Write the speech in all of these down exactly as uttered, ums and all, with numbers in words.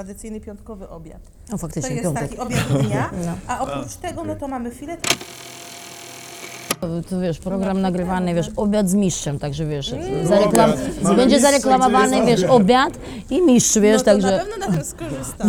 tradycyjny piątkowy obiad. O, faktycznie, To jest piątek. taki obiad dnia, no. A oprócz tego no to mamy filet. To wiesz, program nagrywany, wiesz, obiad z mistrzem, także wiesz, zareklam... będzie zareklamowany, wiesz, obiad i mistrz, wiesz, No to także... na pewno na to skorzystam.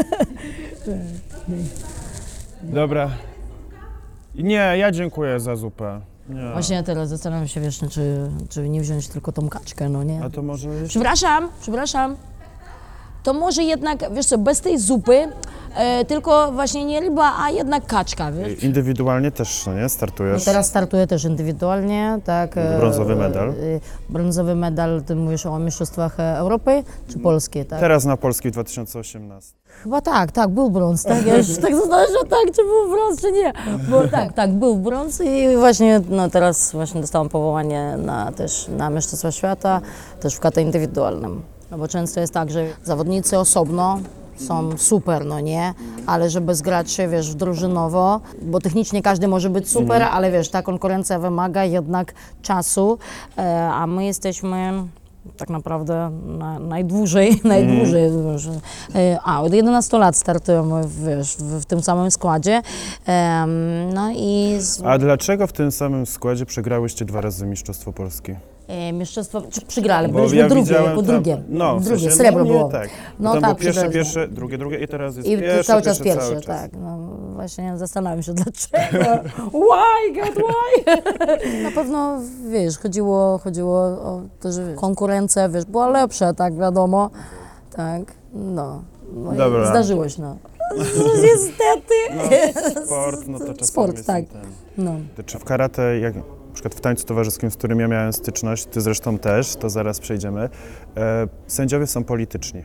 Dobra. Nie, ja dziękuję za zupę. Nie. Właśnie ja teraz zastanawiam się, wiesz, czy, czy nie wziąć tylko tą kaczkę, no nie? A to może jeszcze... Przepraszam, przepraszam. To może jednak, wiesz co, bez tej zupy, e, tylko właśnie nie ryba, a jednak kaczka, wiesz? Indywidualnie też, no nie? No Startujesz. teraz startuję też indywidualnie, tak. e, Brązowy medal. e, Brązowy medal, ty mówisz o Mistrzostwach Europy czy Polskie, tak? Teraz na Polski w dwa tysiące osiemnastym. Chyba tak, tak, był brąz, tak? Ja już tak zastanawiam się, tak, czy był brąz, czy nie. Bo tak, tak, był brąz i właśnie no, teraz właśnie dostałam powołanie na, też na Mistrzostwa Świata, też w kata indywidualnym. No bo często jest tak, że zawodnicy osobno są super, no nie, ale żeby zgrać się, wiesz, drużynowo, bo technicznie każdy może być super, Mhm. ale wiesz, ta konkurencja wymaga jednak czasu, e, a my jesteśmy tak naprawdę na, najdłużej, najdłużej, wiesz, e, a od jedenastu lat startujemy, wiesz, w, w tym samym składzie, e, no i z, A dlaczego w tym samym składzie przegrałyście dwa razy Mistrzostwo Polski? e, mistrzostwo, czy przegrali, Bo byliśmy ja drugie, widziałem jako tam- drugie, No, w drugie, sensie, srebro no, nie, było. Tak. No Tam tak, było pierwsze, przepraszam. pierwsze, drugie, drugie i teraz jest I pierwsze, cały czas pierwsze, pierwszy, cały czas. tak. No, właśnie zastanawiam się dlaczego. Why, God, why? Na pewno, wiesz, chodziło, chodziło o to, że konkurencja, wiesz, była lepsza, tak wiadomo. Tak, no. no i Dobra. zdarzyło się, no. Niestety. No, sport, no to czasami Sport, jest tak. ten. No. To Czy w karate, jak na przykład w tańcu towarzyskim, z którym ja miałem styczność, ty zresztą też, to zaraz przejdziemy, e, sędziowie są polityczni.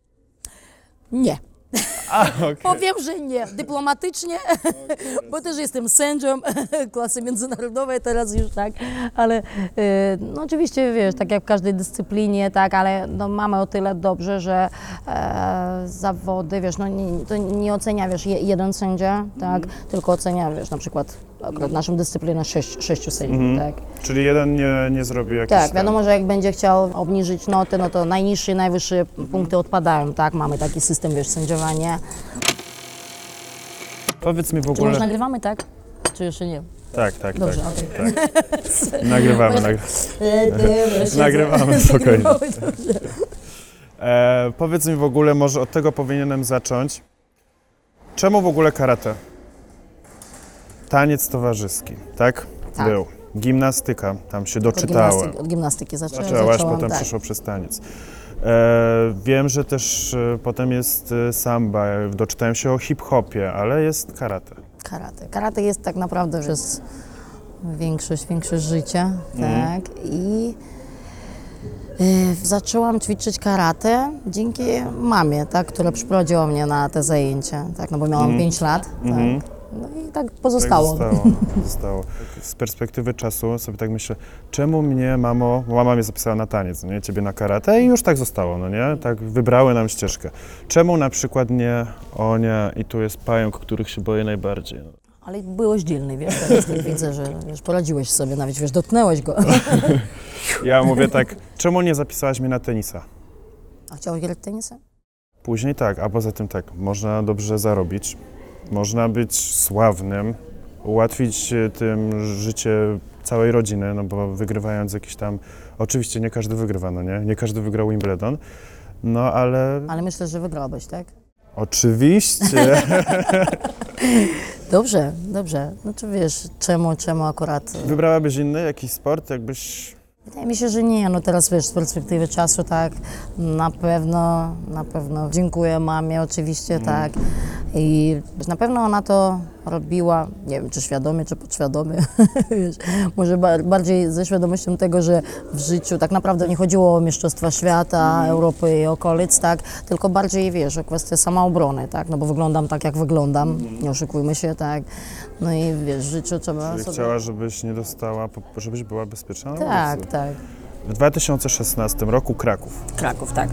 Nie. A, okej. Powiem, że nie. Dyplomatycznie, bo też jestem sędzią klasy międzynarodowej teraz już, tak, ale e, no oczywiście, wiesz, tak jak w każdej dyscyplinie, tak, ale no, mamy o tyle dobrze, że e, zawody, wiesz, no nie, to nie ocenia, wiesz, je, jeden sędzia, tak, tylko ocenia, wiesz, na przykład akurat naszą dyscyplinę sześć, sześciu sędziów, tak. Czyli jeden nie, nie zrobi jakiś Tak, tam- wiadomo, że jak będzie chciał obniżyć noty, no to najniższe i najwyższe punkty odpadają, tak, mamy taki system, wiesz, sędziowania. Powiedz mi w Czy ogóle... już nagrywamy, tak? Czy jeszcze nie? Tak, tak, Dobrze, tak. okej. tak. Nagrywamy, nagry... nagrywamy, spokojnie. E, powiedz mi w ogóle, może od tego powinienem zacząć. Czemu w ogóle karate? Taniec towarzyski, tak? Tak. Był. Gimnastyka, tam się Od doczytałem. gimnastyki, od gimnastyki zaczęłam. Zaczęłaś, zaczęłam, potem tak. przeszło przez taniec. E, wiem, że też e, potem jest e, samba, doczytałem się o hip-hopie, ale jest karate. Karate. Karate jest tak naprawdę przez większość, większość życia, Mhm. tak. I y, zaczęłam ćwiczyć karate dzięki mamie, tak, która przyprowadziła mnie na te zajęcia, tak, no bo miałam pięć lat, Mhm. tak. No i tak pozostało. Tak zostało, zostało. Z perspektywy czasu sobie tak myślę, czemu mnie, mamo, bo mama mnie zapisała na taniec, no nie, ciebie na karate i już tak zostało, no nie, tak wybrały nam ścieżkę. Czemu na przykład nie, o nie, i tu jest pająk, których się boję najbardziej. Ale byłeś dzielny, wiesz, teraz tak widzę, że wiesz, poradziłeś sobie, nawet wiesz, dotknęłeś go. Ja mówię tak, czemu nie zapisałaś mnie na tenisa? A chciałeś grać w tenisa? Później tak, a poza tym tak, można dobrze zarobić, można być sławnym, ułatwić e, tym życie całej rodziny, no bo wygrywając jakiś tam, oczywiście nie każdy wygrywa, no nie, nie każdy wygrał Wimbledon, no ale Ale myślę, że wygrałbyś, tak? oczywiście, Dobrze, dobrze. No to wiesz, czemu, czemu akurat... wybrałabyś inny jakiś sport, jakbyś, Wydaje mi się, że nie. No teraz wiesz, z perspektywy czasu tak, na pewno, na pewno dziękuję mamie oczywiście, tak. I na pewno ona to robiła, nie wiem, czy świadomie, czy podświadomie, wiesz, może ba bardziej ze świadomością tego, że w życiu tak naprawdę nie chodziło o Mistrzostwa Świata, Europy i okolic, tak, tylko bardziej, wiesz, o kwestię samoobrony, tak, no bo wyglądam tak, jak wyglądam, nie oszukujmy się, tak. No i wiesz, w życiu trzeba czyli sobie... chciała, żebyś nie dostała, po- żebyś była bezpieczna na Tak, ulicy. tak. W dwa tysiące szesnastym roku Kraków. Kraków, tak.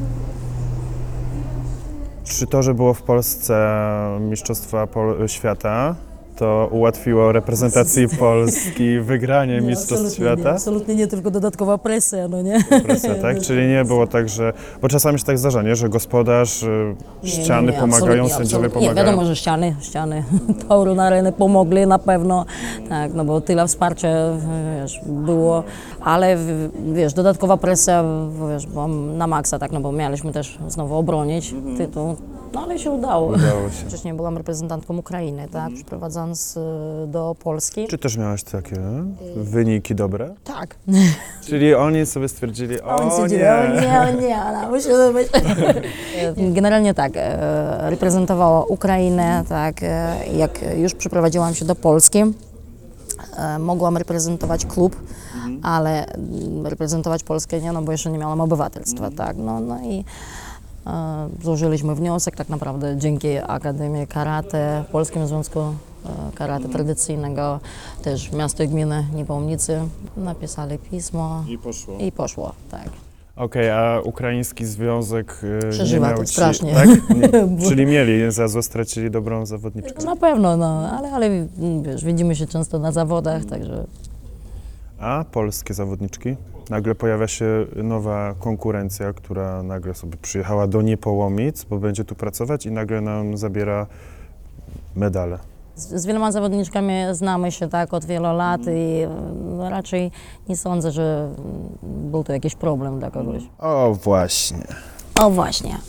Czy to, że było w Polsce Mistrzostwa Pol- Świata, to ułatwiło reprezentacji Polski wygranie Mistrzostw Świata? Absolutnie nie, tylko dodatkowa presja, no nie? Presja, tak? Czyli nie było tak, że... Bo czasami się tak zdarza, nie? Że gospodarz, y, ściany Nie, nie, pomagają, absolutnie, sędziowie absolutnie. pomagają. Nie, wiadomo, że ściany, ściany Taurun Areny pomogli na pewno, tak, no bo tyle wsparcia, wiesz, było, ale w- wiesz, dodatkowa presja, wiesz, bo na maksa, tak, no bo mieliśmy też znowu obronić tytuł, no ale się udało. Udało się. Wcześniej byłam reprezentantką Ukrainy, tak, przyprowadząc y, do Polski. Czy też miałaś takie wyniki dobre? Tak. Czyli oni sobie stwierdzili, o On stwierdził, nie. o nie, o nie, ona musimy być. Generalnie tak, e, reprezentowała Ukrainę, tak, e, jak już przyprowadziłam się do Polski, e, mogłam reprezentować klub, ale mm, reprezentować Polskę nie, no bo jeszcze nie miałam obywatelstwa, tak, no, no i e, złożyliśmy wniosek tak naprawdę dzięki Akademii Karate, Polskim Związku e, Karate Tradycyjnego, też miasto i gminy Niepołomnicy napisali pismo. I poszło. I poszło, tak. Okej, a ukraiński związek y, Przeżywa nie miał to ci... strasznie. Tak? Nie. Czyli mieli, za złe stracili dobrą zawodniczkę. Na pewno, no, ale, ale wiesz, widzimy się często na zawodach, także A polskie zawodniczki? Nagle pojawia się nowa konkurencja, która nagle sobie przyjechała do Niepołomic, bo będzie tu pracować i nagle nam zabiera medale. z, z wieloma zawodniczkami znamy się tak od wielu lat i no, raczej nie sądzę, że był to jakiś problem dla kogoś. O właśnie. O właśnie.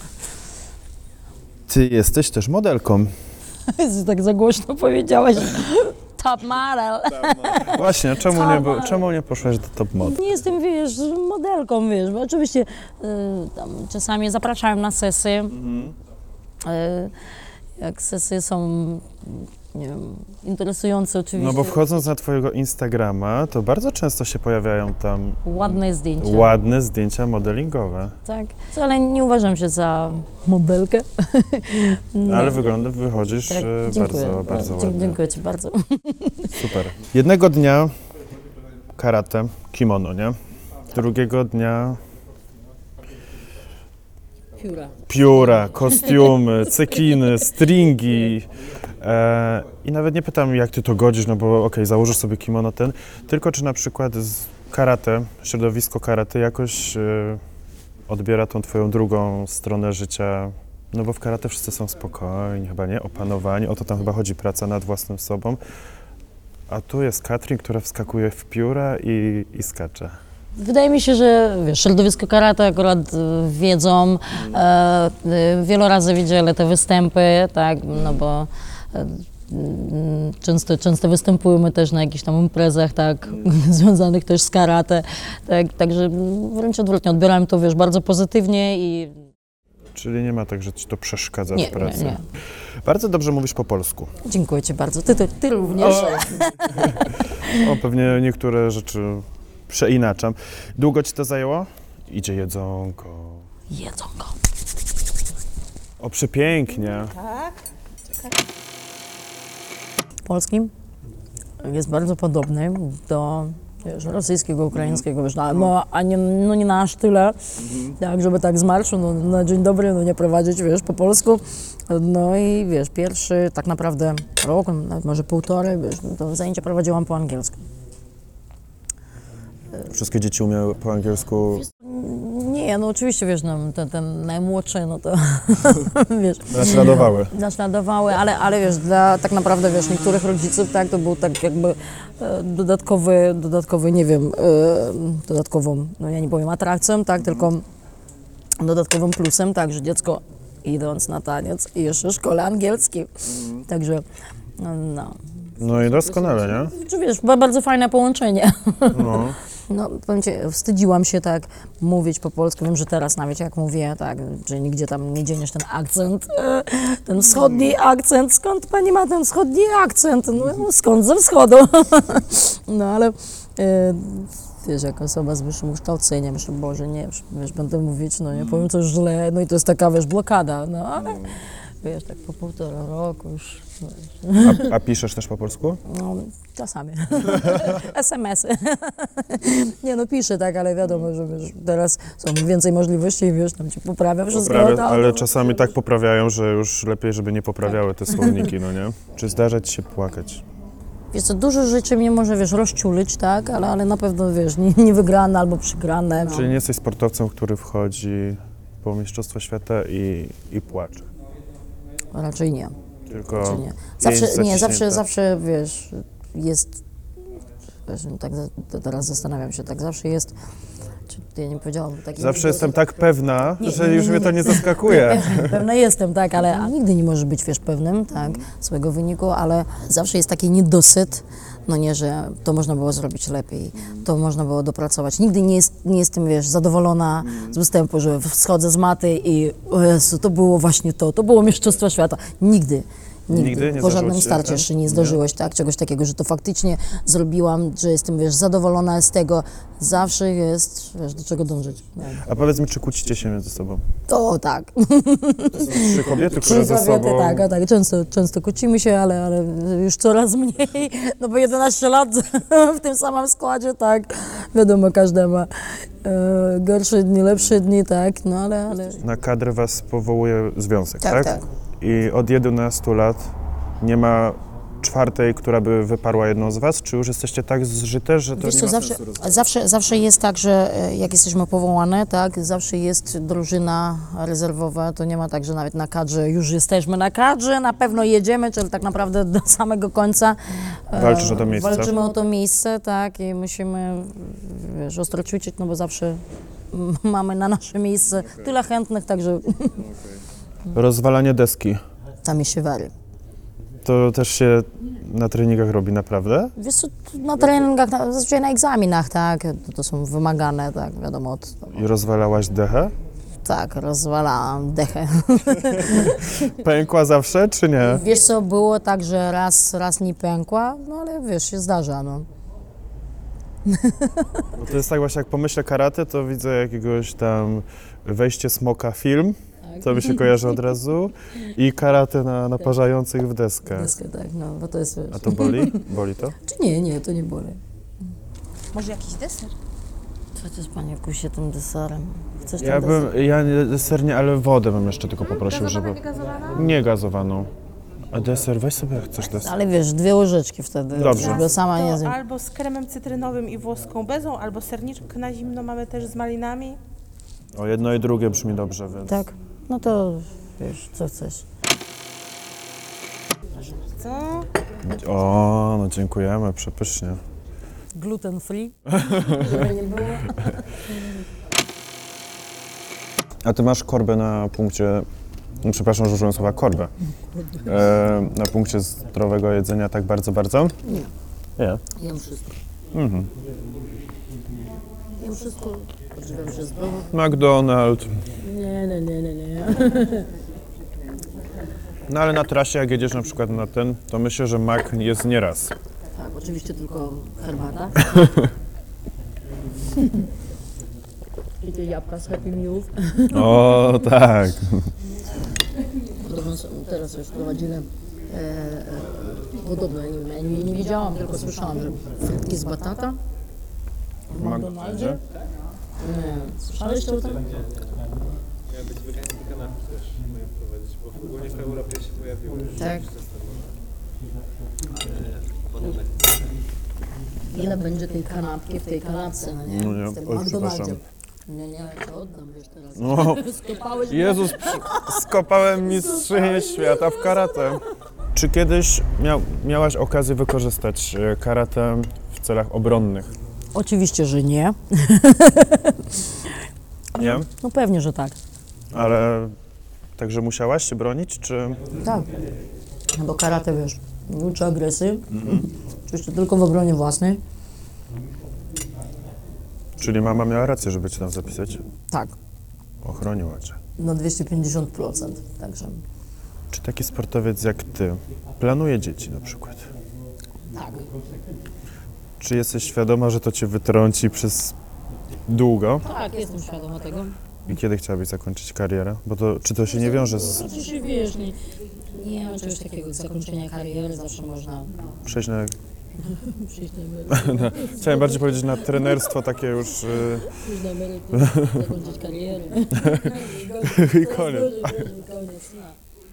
Ty jesteś też modelką. Tak za głośno powiedziałaś. Top model. Właśnie, czemu nie, bo- czemu nie poszłaś do top mod? Nie jestem, wiesz, modelką, wiesz, bo oczywiście y, tam czasami zapraszałem na sesje. Y, jak sesje są, nie wiem, interesujące oczywiście. No bo wchodząc na twojego Instagrama, to bardzo często się pojawiają tam Ładne zdjęcia. ładne zdjęcia modelingowe. Tak, ale nie uważam się za modelkę. Nie. Ale wygląda, wychodzisz Tak, e, dziękuję. bardzo, bardzo Dzie- ładnie. Dziękuję Ci bardzo. Super. Jednego dnia karate, kimono, nie? Drugiego dnia Pióra. pióra, kostiumy, cekiny, stringi. E, I nawet nie pytam, jak ty to godzisz, no bo okej, założysz sobie kimono ten, tylko czy na przykład z karate, środowisko karate jakoś e, odbiera tą twoją drugą stronę życia. No bo w karate wszyscy są spokojni, chyba nie, opanowani, o to tam chyba chodzi, praca nad własnym sobą. A tu jest Katrin, która wskakuje w pióra i, i skacze. Wydaje mi się, że wiesz, środowisko karate akurat y, wiedzą, e, y, wiele razy widzieli te występy, tak, no bo e, mm, często, często występujemy też na jakichś tam imprezach, tak, związanych też z karate, tak, także mm, wręcz odwrotnie, odbierałem to, wiesz, bardzo pozytywnie i Czyli nie ma tak, że ci to przeszkadza nie, w pracy. nie, nie. Bardzo dobrze mówisz po polsku. Dziękuję Ci bardzo. Ty, ty, ty również. O, pewnie niektóre rzeczy przeinaczam. Długo ci to zajęło? Idzie jedzonko. Jedzonko. O, przepięknie. Tak? Polskim jest bardzo podobny do wiesz, rosyjskiego, ukraińskiego, wiesz, no, no, a nie, no nie na aż tyle, tak, żeby tak z marszu, no, na dzień dobry, no nie prowadzić, wiesz, po polsku. No i wiesz, pierwszy tak naprawdę rok, nawet może półtorej, wiesz, no to zajęcia prowadziłam po angielsku. Wszystkie dzieci umiały po angielsku. Nie, no oczywiście, wiesz, no, ten, ten najmłodszy, no to wiesz, Naśladowały. naśladowały, ale, ale wiesz, dla tak naprawdę, wiesz, niektórych rodziców, tak, to był tak jakby e, dodatkowy, dodatkowy, nie wiem, e, dodatkową, no ja nie powiem atrakcją, tak, tylko dodatkowym plusem, tak, że dziecko idąc na taniec i jeszcze w szkole angielskiej, także no, no. No i doskonale, nie? Czy wiesz, ba- bardzo fajne połączenie. No. No, powiem Ci, wstydziłam się tak mówić po polsku. Wiem, że teraz nawet jak mówię, tak, że nigdzie tam nie dzieniesz ten akcent, e, ten wschodni akcent. Skąd pani ma ten wschodni akcent? No, skąd ze wschodu? No, ale e, wiesz, jako osoba z wyższym kształceniem, myślę, Boże, nie, wiesz, będę mówić, no nie powiem coś źle, no i to jest taka, wiesz, blokada, no ale wiesz, tak po półtora roku już, A, a piszesz też po polsku? no czasami, es em esy. Nie no, piszę tak, ale wiadomo, że wiesz, teraz są więcej możliwości i wiesz, tam ci poprawia wszystko. Poprawia, tam, ale no. czasami tak poprawiają, że już lepiej, żeby nie poprawiały te słowniki, no nie? Czy zdarza ci się płakać? Wiesz co, dużo rzeczy mnie może, wiesz, rozczulić, tak, ale, ale na pewno, wiesz, nie, nie wygrane albo przegrane. No. Czyli nie jesteś sportowcem, który wchodzi po Mistrzostwo Świata i, i płacze? Raczej nie. Tylko Czy nie? jest Zawsze, nie, zaciśnięte. zawsze, zawsze, wiesz, jest, wiesz, tak za- to teraz zastanawiam się, tak zawsze jest, czy ja nie powiedziałam takiego. Zawsze jestem tak pewna, Nie, że nie, już nie, mnie to nie. nie zaskakuje. Pewna jestem, tak, ale a nigdy nie możesz być, wiesz, pewnym, tak, swojego wyniku, ale zawsze jest taki niedosyt, no nie, że to można było zrobić lepiej, to można było dopracować. Nigdy nie, jest, nie jestem, wiesz, zadowolona z występu, że schodzę z maty i o Jezu, to było właśnie to, to było Mistrzostwo Świata. Nigdy. Nigdy. Nigdy? Nie Po zdarzyło żadnym ci się starcie tak? jeszcze nie zdarzyłeś, tak, czegoś takiego, że to faktycznie zrobiłam, że jestem, wiesz, zadowolona z tego. Zawsze jest, wiesz, do czego dążyć. No. A powiedz mi, czy kłócicie się między sobą? To tak. Trzy kobiety, które Trzy ze kobiety, sobą... tak, a tak, często, często kłócimy się, ale, ale już coraz mniej, no bo jedenaście lat w tym samym składzie, tak, wiadomo, każda ma e, gorsze dni, lepsze dni, tak, no ale, ale Na kadrę was powołuje związek, Tak, tak? tak. I od jedenastu lat nie ma czwartej, która by wyparła jedną z was? Czy już jesteście tak zżyte, że to wiesz nie co, ma zawsze, sensu rozmawiać? zawsze, zawsze jest tak, że e, jak jesteśmy powołane, tak, zawsze jest drużyna rezerwowa, to nie ma tak, że nawet na kadrze już jesteśmy na kadrze, na pewno jedziemy, czyli tak naprawdę do samego końca e, Walczysz o to miejsce. Walczymy o to miejsce, tak, i musimy, wiesz, ostro ćwiczyć, no bo zawsze mm, mamy na nasze miejsce tyle chętnych, także Rozwalanie deski. tam się wary. To też się na treningach robi naprawdę? Wiesz co, na treningach, na- zazwyczaj na egzaminach, tak, to, to są wymagane, tak, wiadomo, od, I rozwalałaś dechę? tak, rozwalałam dechę. Pękła zawsze, czy nie? Wiesz co, było tak, że raz, raz nie pękła, no ale wiesz, się zdarza, no. Bo to jest tak właśnie, jak pomyślę karate, to widzę jakiegoś tam wejście smoka film, to mi się kojarzy od razu, i karate na naparzających w deskę. Deskę, tak, no, bo to jest, wiesz. A to boli? Boli to? Czy nie, nie, to nie boli. Może jakiś deser? Co ty, panie, kusie tym deserem? Chcesz Ja ten deser? bym, ja nie, deser nie, ale wodę bym jeszcze tylko poprosił, żeby... Gazowana? Nie gazowaną. A deser, weź sobie jak chcesz deser. Ale wiesz, dwie łyżeczki wtedy, Dobrze. żeby sama nie To zjem. albo z kremem cytrynowym i włoską bezą, albo serniczek na zimno mamy też z malinami. O, jedno i drugie brzmi dobrze, więc... Tak, no to wiesz, co chcesz. Co? O, no dziękujemy, przepysznie. Gluten free, żeby nie było. A ty masz korbę na punkcie, no, przepraszam, że użyłem słowa korbę, e, na punkcie zdrowego jedzenia tak bardzo, bardzo? Nie. Nie. Jem wszystko. Mhm. Jem wszystko, odżywiam się zdrowo. McDonald's. Nie, nie, nie, nie, nie. No ale na trasie, jak jedziesz na przykład na ten, to myślę, że Mac jest nieraz. Tak, oczywiście tylko herbata. I te jabłka z Happy Mealów. O, tak. Podobno są- teraz już prowadzili, e, e, podobno, nie, wiem, ja nie, nie wiedziałam, tylko słyszałam, że frytki z batata w McDonaldzie. Nie, słyszałeś o tym? Miały być wegańskie kanapki też mają prowadzić, bo ogólnie w Europie się pojawiły. Tak. Podobne. Ile będzie tej kanapki w tej kanapce, no nie? No nie, W tym oj, McDonaldzie. przepraszam. Nie, nie, ja ci oddam, wiesz, teraz. No, Skopałeś mnie. Jezus, przy- skopałem mistrzynię świata w karate. Czy kiedyś miał, miałaś okazję wykorzystać e, karate w celach obronnych? Oczywiście, że nie. Nie? No pewnie, że tak. Ale także musiałaś się bronić, czy... Tak. No bo karate, wiesz, nie uczy agresji. Oczywiście tylko w obronie własnej. Czyli mama miała rację, żeby cię tam zapisać? Tak. Ochroniła cię. Na dwieście pięćdziesiąt procent. Także Czy taki sportowiec jak ty planuje dzieci na przykład? tak. Czy jesteś świadoma, że to cię wytrąci przez długo? Tak, jestem świadoma tego. I kiedy chciałabyś zakończyć karierę? Bo to, czy to się nie wiąże z... Oczywiście wiesz, nie, nie ma czegoś takiego jak zakończenia kariery, zawsze można Przejść na... przyjść na emeryturę, Chciałem bardziej powiedzieć na trenerstwo takie już... y, przyjść na emeryturę, zakończyć karierę. I koniec. Koniec, no.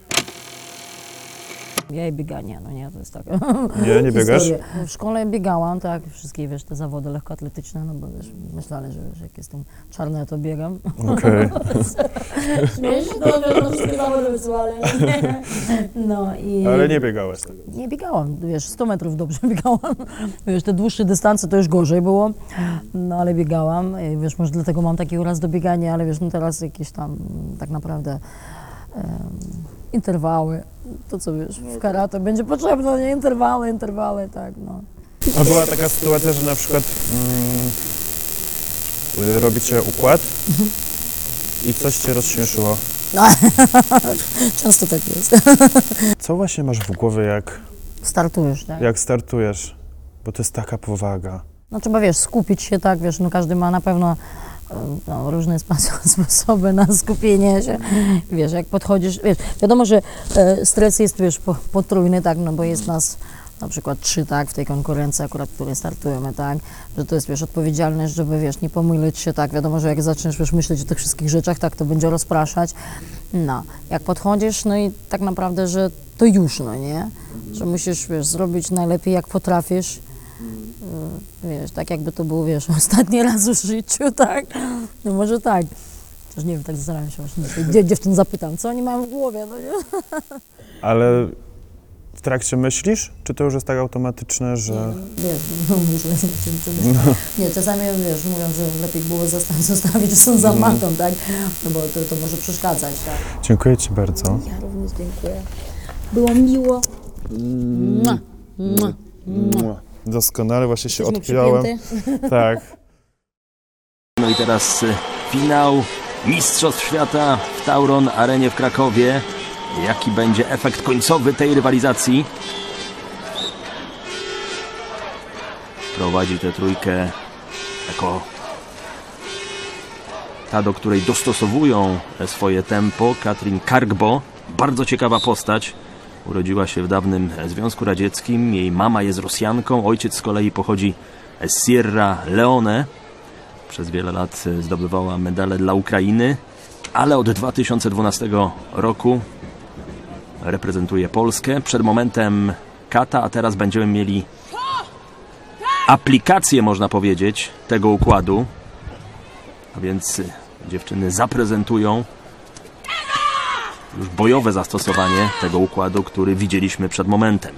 Ja i bieganie, no nie, to jest taka Nie, nie biegasz? historia. W szkole biegałam, tak, wszystkie, wiesz, te zawody lekkoatletyczne, no bo wiesz, myśleli, że wiesz, jak jestem czarna, to biegam. Okej. Śmieszne, no, no, wszystkie zawody wysłali. No i... Ale nie biegałeś tak. Nie biegałam, wiesz, sto metrów dobrze biegałam. Wiesz, te dłuższe dystanse to już gorzej było, no ale biegałam. I, wiesz, może dlatego mam taki uraz do biegania, ale wiesz, no teraz jakieś tam tak naprawdę um, interwały. To co wiesz, w karate będzie potrzebne, nie? Interwały, interwały, tak, no. A była taka sytuacja, że na przykład mm, robicie układ i coś cię rozśmieszyło. Często tak jest. Co właśnie masz w głowie, jak, Startujesz, tak? jak startujesz? Bo to jest taka powaga. No trzeba, wiesz, skupić się, tak, wiesz, no każdy ma na pewno no, różne sposoby na skupienie się, wiesz, jak podchodzisz, wiesz, wiadomo, że e, stres jest, wiesz, po, potrójny, tak, no bo jest nas na przykład trzy, tak, w tej konkurencji akurat, w której startujemy, tak, że to jest, wiesz, odpowiedzialność, żeby, wiesz, nie pomylić się, tak, wiadomo, że jak zaczniesz, wiesz, myśleć o tych wszystkich rzeczach, tak, to będzie rozpraszać, no, jak podchodzisz, no i tak naprawdę, że to już, no nie, że musisz, wiesz, zrobić najlepiej, jak potrafisz, wiesz, tak jakby to był, wiesz, ostatni raz w życiu, tak? No może tak. Też nie wiem, tak zastanawiam się właśnie, gdzie dziewczyn zapytam, co oni mają w głowie, no nie? Ale w trakcie myślisz, czy to już jest tak automatyczne, że... Wiesz, no myślę, czym, czym no. Nie, czasami, wiesz, mówią, że lepiej było zostawić, zostawić są za matą, tak? No bo to, to może przeszkadzać, tak? Dziękuję ci bardzo. Ja również dziękuję. Było miło. Mua. Mua. Mua. Doskonale, właśnie się Jesteśmy odpiąłem. przypięte. Tak. No i teraz y, finał Mistrzostw Świata w Tauron Arenie w Krakowie. Jaki będzie efekt końcowy tej rywalizacji? Prowadzi tę trójkę jako ta, do której dostosowują swoje tempo, Katrin Kargbo. Bardzo ciekawa postać. Urodziła się w dawnym Związku Radzieckim. Jej mama jest Rosjanką, ojciec z kolei pochodzi z Sierra Leone. Przez wiele lat zdobywała medale dla Ukrainy, ale od dwa tysiące dwunastego roku reprezentuje Polskę. Przed momentem kata, a teraz będziemy mieli aplikację, można powiedzieć, tego układu. A więc dziewczyny zaprezentują już bojowe zastosowanie tego układu, który widzieliśmy przed momentem.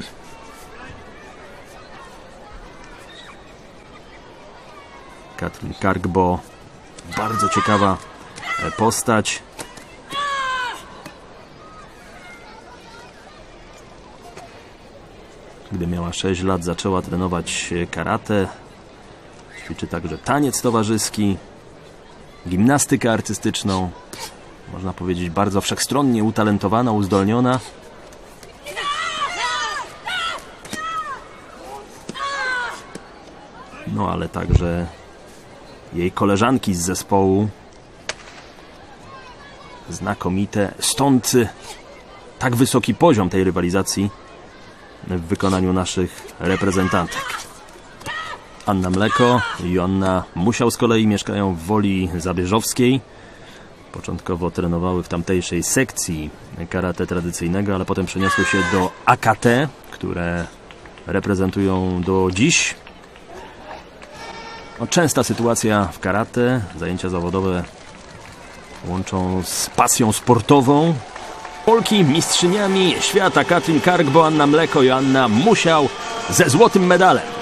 Katrin Kargbo, bardzo ciekawa postać. Gdy miała sześć lat, zaczęła trenować karate. Ćwiczy także taniec towarzyski, gimnastykę artystyczną. Można powiedzieć, bardzo wszechstronnie utalentowana, uzdolniona. No ale także jej koleżanki z zespołu znakomite. Stąd tak wysoki poziom tej rywalizacji w wykonaniu naszych reprezentantek. Anna Mleko i Joanna Musiał z kolei mieszkają w Woli Zabierzowskiej. Początkowo trenowały w tamtejszej sekcji karate tradycyjnego, ale potem przeniosły się do A K T, które reprezentują do dziś. No, częsta sytuacja w karate. Zajęcia zawodowe łączą z pasją sportową. Polki mistrzyniami świata Katrin Kargbo, Anna Mleko, Joanna Musiał ze złotym medalem.